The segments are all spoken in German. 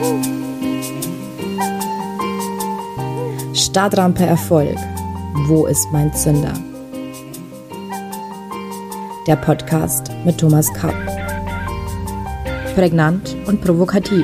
Startrampe Erfolg. Wo ist mein Zünder? Der Podcast mit Thomas Kapp. Prägnant und provokativ.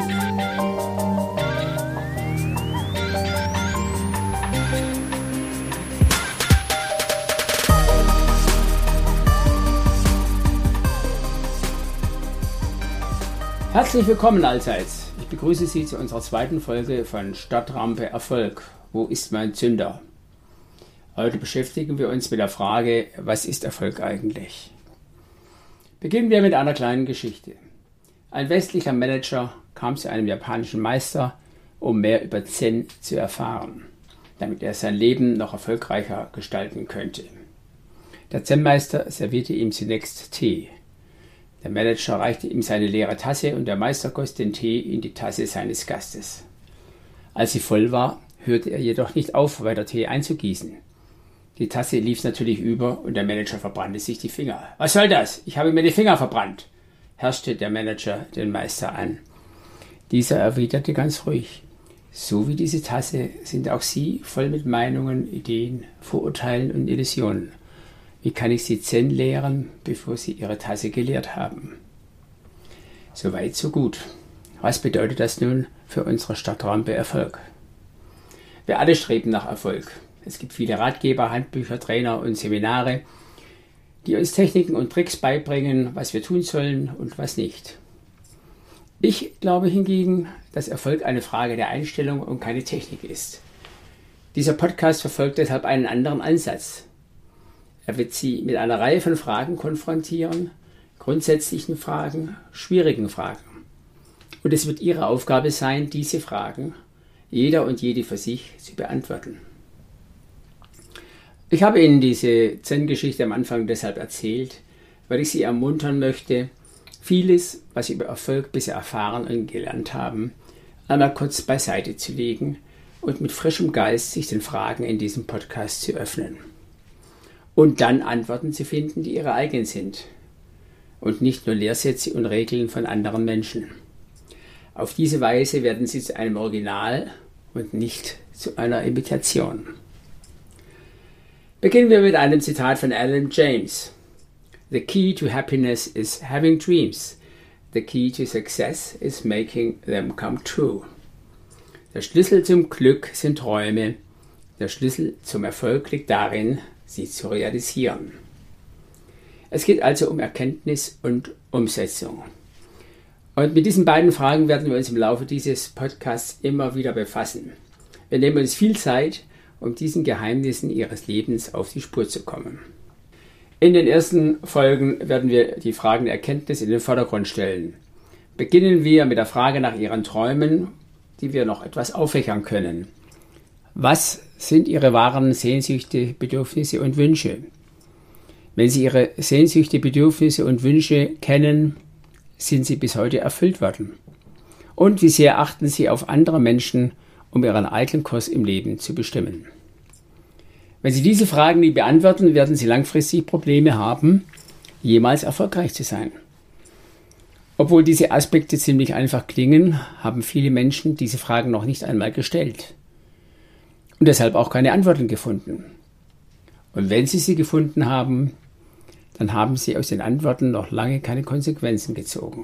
Herzlich willkommen allseits. Ich begrüße Sie zu unserer zweiten Folge von Startrampe Erfolg. Wo ist mein Zünder? Heute beschäftigen wir uns mit der Frage, was ist Erfolg eigentlich? Beginnen wir mit einer kleinen Geschichte. Ein westlicher Manager kam zu einem japanischen Meister, um mehr über Zen zu erfahren, damit er sein Leben noch erfolgreicher gestalten könnte. Der Zen-Meister servierte ihm zunächst Tee. Der Manager reichte ihm seine leere Tasse und der Meister goss den Tee in die Tasse seines Gastes. Als sie voll war, hörte er jedoch nicht auf, weiter Tee einzugießen. Die Tasse lief natürlich über und der Manager verbrannte sich die Finger. »Was soll das? Ich habe mir die Finger verbrannt«, herrschte der Manager den Meister an. Dieser erwiderte ganz ruhig: »So wie diese Tasse sind auch Sie voll mit Meinungen, Ideen, Vorurteilen und Illusionen. Wie kann ich Sie Zen lehren, bevor Sie Ihre Tasse geleert haben?« Soweit, so gut. Was bedeutet das nun für unsere Startrampe Erfolg? Wir alle streben nach Erfolg. Es gibt viele Ratgeber, Handbücher, Trainer und Seminare, die uns Techniken und Tricks beibringen, was wir tun sollen und was nicht. Ich glaube hingegen, dass Erfolg eine Frage der Einstellung und keine Technik ist. Dieser Podcast verfolgt deshalb einen anderen Ansatz. Er wird Sie mit einer Reihe von Fragen konfrontieren, grundsätzlichen Fragen, schwierigen Fragen. Und es wird Ihre Aufgabe sein, diese Fragen, jeder und jede für sich, zu beantworten. Ich habe Ihnen diese Zen-Geschichte am Anfang deshalb erzählt, weil ich Sie ermuntern möchte, vieles, was Sie über Erfolg bisher erfahren und gelernt haben, einmal kurz beiseite zu legen und mit frischem Geist sich den Fragen in diesem Podcast zu öffnen. Und dann Antworten zu finden, die Ihre eigenen sind. Und nicht nur Lehrsätze und Regeln von anderen Menschen. Auf diese Weise werden Sie zu einem Original und nicht zu einer Imitation. Beginnen wir mit einem Zitat von Alan James. The key to happiness is having dreams. The key to success is making them come true. Der Schlüssel zum Glück sind Träume. Der Schlüssel zum Erfolg liegt darin, sie zu realisieren. Es geht also um Erkenntnis und Umsetzung. Und mit diesen beiden Fragen werden wir uns im Laufe dieses Podcasts immer wieder befassen. Wir nehmen uns viel Zeit, um diesen Geheimnissen Ihres Lebens auf die Spur zu kommen. In den ersten Folgen werden wir die Fragen der Erkenntnis in den Vordergrund stellen. Beginnen wir mit der Frage nach Ihren Träumen, die wir noch etwas auffächern können. Was sind Ihre wahren Sehnsüchte, Bedürfnisse und Wünsche? Wenn Sie Ihre Sehnsüchte, Bedürfnisse und Wünsche kennen, sind sie bis heute erfüllt worden? Und wie sehr achten Sie auf andere Menschen, um Ihren eigenen Kurs im Leben zu bestimmen? Wenn Sie diese Fragen nie beantworten, werden Sie langfristig Probleme haben, jemals erfolgreich zu sein. Obwohl diese Aspekte ziemlich einfach klingen, haben viele Menschen diese Fragen noch nicht einmal gestellt. Und deshalb auch keine Antworten gefunden. Und wenn Sie sie gefunden haben, dann haben Sie aus den Antworten noch lange keine Konsequenzen gezogen.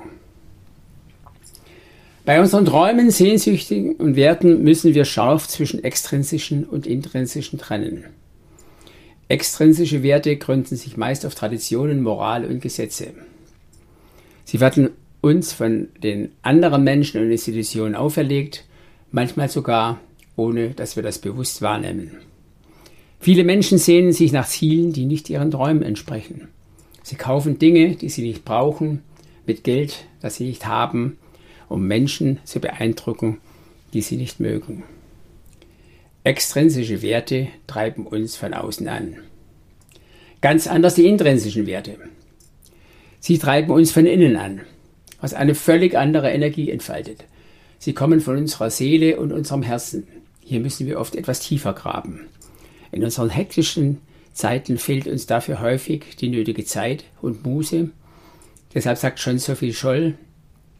Bei unseren Träumen, Sehnsüchten und Werten müssen wir scharf zwischen extrinsischen und intrinsischen trennen. Extrinsische Werte gründen sich meist auf Traditionen, Moral und Gesetze. Sie werden uns von den anderen Menschen und Institutionen auferlegt, manchmal sogar ohne dass wir das bewusst wahrnehmen. Viele Menschen sehnen sich nach Zielen, die nicht ihren Träumen entsprechen. Sie kaufen Dinge, die sie nicht brauchen, mit Geld, das sie nicht haben, um Menschen zu beeindrucken, die sie nicht mögen. Extrinsische Werte treiben uns von außen an. Ganz anders die intrinsischen Werte. Sie treiben uns von innen an, was eine völlig andere Energie entfaltet. Sie kommen von unserer Seele und unserem Herzen. Hier müssen wir oft etwas tiefer graben. In unseren hektischen Zeiten fehlt uns dafür häufig die nötige Zeit und Muße. Deshalb sagt schon Sophie Scholl,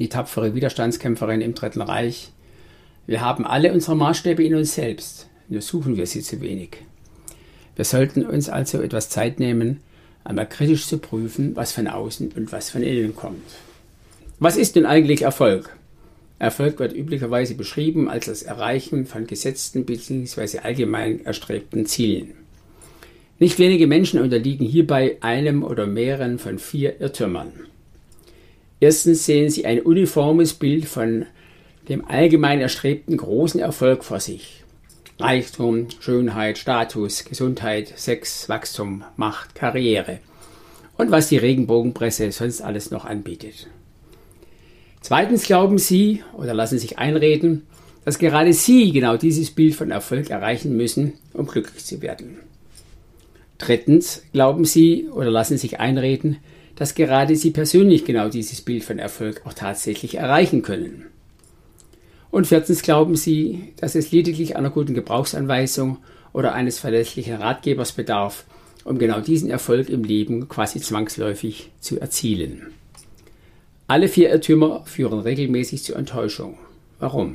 die tapfere Widerstandskämpferin im Dritten Reich. Wir haben alle unsere Maßstäbe in uns selbst, nur suchen wir sie zu wenig. Wir sollten uns also etwas Zeit nehmen, einmal kritisch zu prüfen, was von außen und was von innen kommt. Was ist nun eigentlich Erfolg? Erfolg wird üblicherweise beschrieben als das Erreichen von gesetzten bzw. allgemein erstrebten Zielen. Nicht wenige Menschen unterliegen hierbei einem oder mehreren von 4 Irrtümern. Erstens sehen sie ein uniformes Bild von dem allgemein erstrebten großen Erfolg vor sich. Reichtum, Schönheit, Status, Gesundheit, Sex, Wachstum, Macht, Karriere und was die Regenbogenpresse sonst alles noch anbietet. Zweitens glauben sie oder lassen sich einreden, dass gerade sie genau dieses Bild von Erfolg erreichen müssen, um glücklich zu werden. Drittens glauben sie oder lassen sich einreden, dass gerade sie persönlich genau dieses Bild von Erfolg auch tatsächlich erreichen können. Und viertens glauben sie, dass es lediglich einer guten Gebrauchsanweisung oder eines verlässlichen Ratgebers bedarf, um genau diesen Erfolg im Leben quasi zwangsläufig zu erzielen. Alle 4 Irrtümer führen regelmäßig zur Enttäuschung. Warum?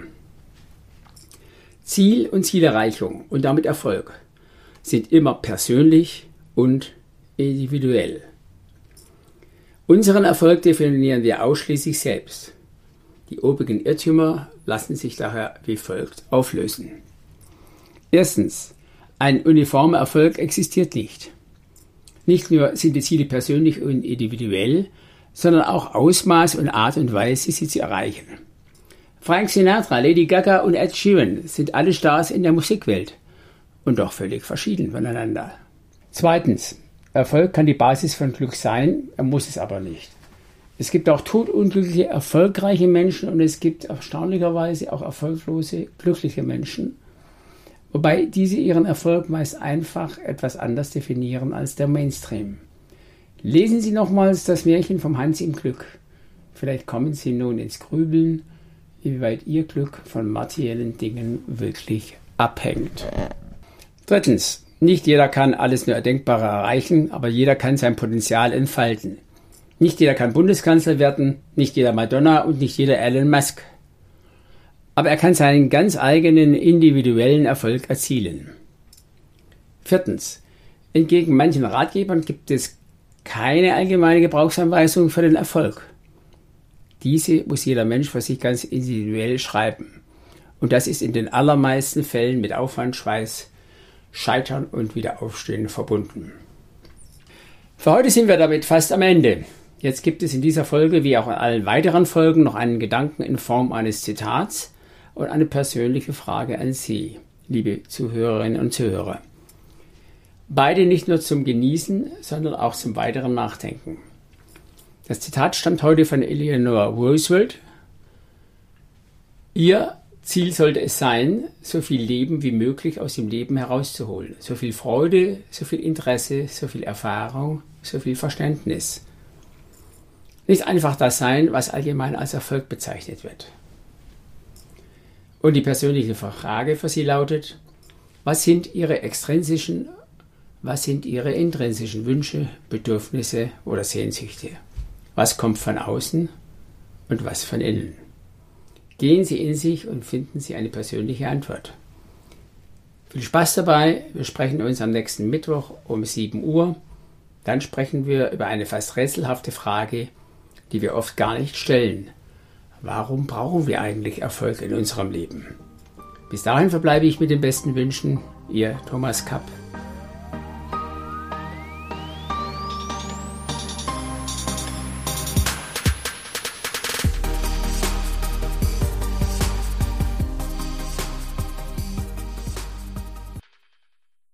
Ziel und Zielerreichung und damit Erfolg sind immer persönlich und individuell. Unseren Erfolg definieren wir ausschließlich selbst. Die obigen Irrtümer lassen sich daher wie folgt auflösen. Erstens, ein uniformer Erfolg existiert nicht. Nicht nur sind die Ziele persönlich und individuell, sondern auch Ausmaß und Art und Weise, sie zu erreichen. Frank Sinatra, Lady Gaga und Ed Sheeran sind alle Stars in der Musikwelt und doch völlig verschieden voneinander. Zweitens, Erfolg kann die Basis von Glück sein, er muss es aber nicht. Es gibt auch todunglückliche, erfolgreiche Menschen und es gibt erstaunlicherweise auch erfolglose, glückliche Menschen, wobei diese ihren Erfolg meist einfach etwas anders definieren als der Mainstream. Lesen Sie nochmals das Märchen vom Hans im Glück. Vielleicht kommen Sie nun ins Grübeln, inwieweit Ihr Glück von materiellen Dingen wirklich abhängt. Drittens, nicht jeder kann alles nur Erdenkbare erreichen, aber jeder kann sein Potenzial entfalten. Nicht jeder kann Bundeskanzler werden, nicht jeder Madonna und nicht jeder Elon Musk. Aber er kann seinen ganz eigenen individuellen Erfolg erzielen. Viertens, entgegen manchen Ratgebern gibt es keine allgemeine Gebrauchsanweisung für den Erfolg. Diese muss jeder Mensch für sich ganz individuell schreiben. Und das ist in den allermeisten Fällen mit Aufwand, Schweiß, Scheitern und Wiederaufstehen verbunden. Für heute sind wir damit fast am Ende. Jetzt gibt es in dieser Folge wie auch in allen weiteren Folgen noch einen Gedanken in Form eines Zitats und eine persönliche Frage an Sie, liebe Zuhörerinnen und Zuhörer. Beide nicht nur zum Genießen, sondern auch zum weiteren Nachdenken. Das Zitat stammt heute von Eleanor Roosevelt. Ihr Ziel sollte es sein, so viel Leben wie möglich aus dem Leben herauszuholen. So viel Freude, so viel Interesse, so viel Erfahrung, so viel Verständnis. Nicht einfach das sein, was allgemein als Erfolg bezeichnet wird. Und die persönliche Frage für Sie lautet, was sind Ihre extrinsischen, was sind Ihre intrinsischen Wünsche, Bedürfnisse oder Sehnsüchte? Was kommt von außen und was von innen? Gehen Sie in sich und finden Sie eine persönliche Antwort. Viel Spaß dabei, wir sprechen uns am nächsten Mittwoch um 7 Uhr. Dann sprechen wir über eine fast rätselhafte Frage, die wir oft gar nicht stellen. Warum brauchen wir eigentlich Erfolg in unserem Leben? Bis dahin verbleibe ich mit den besten Wünschen, Ihr Thomas Kapp.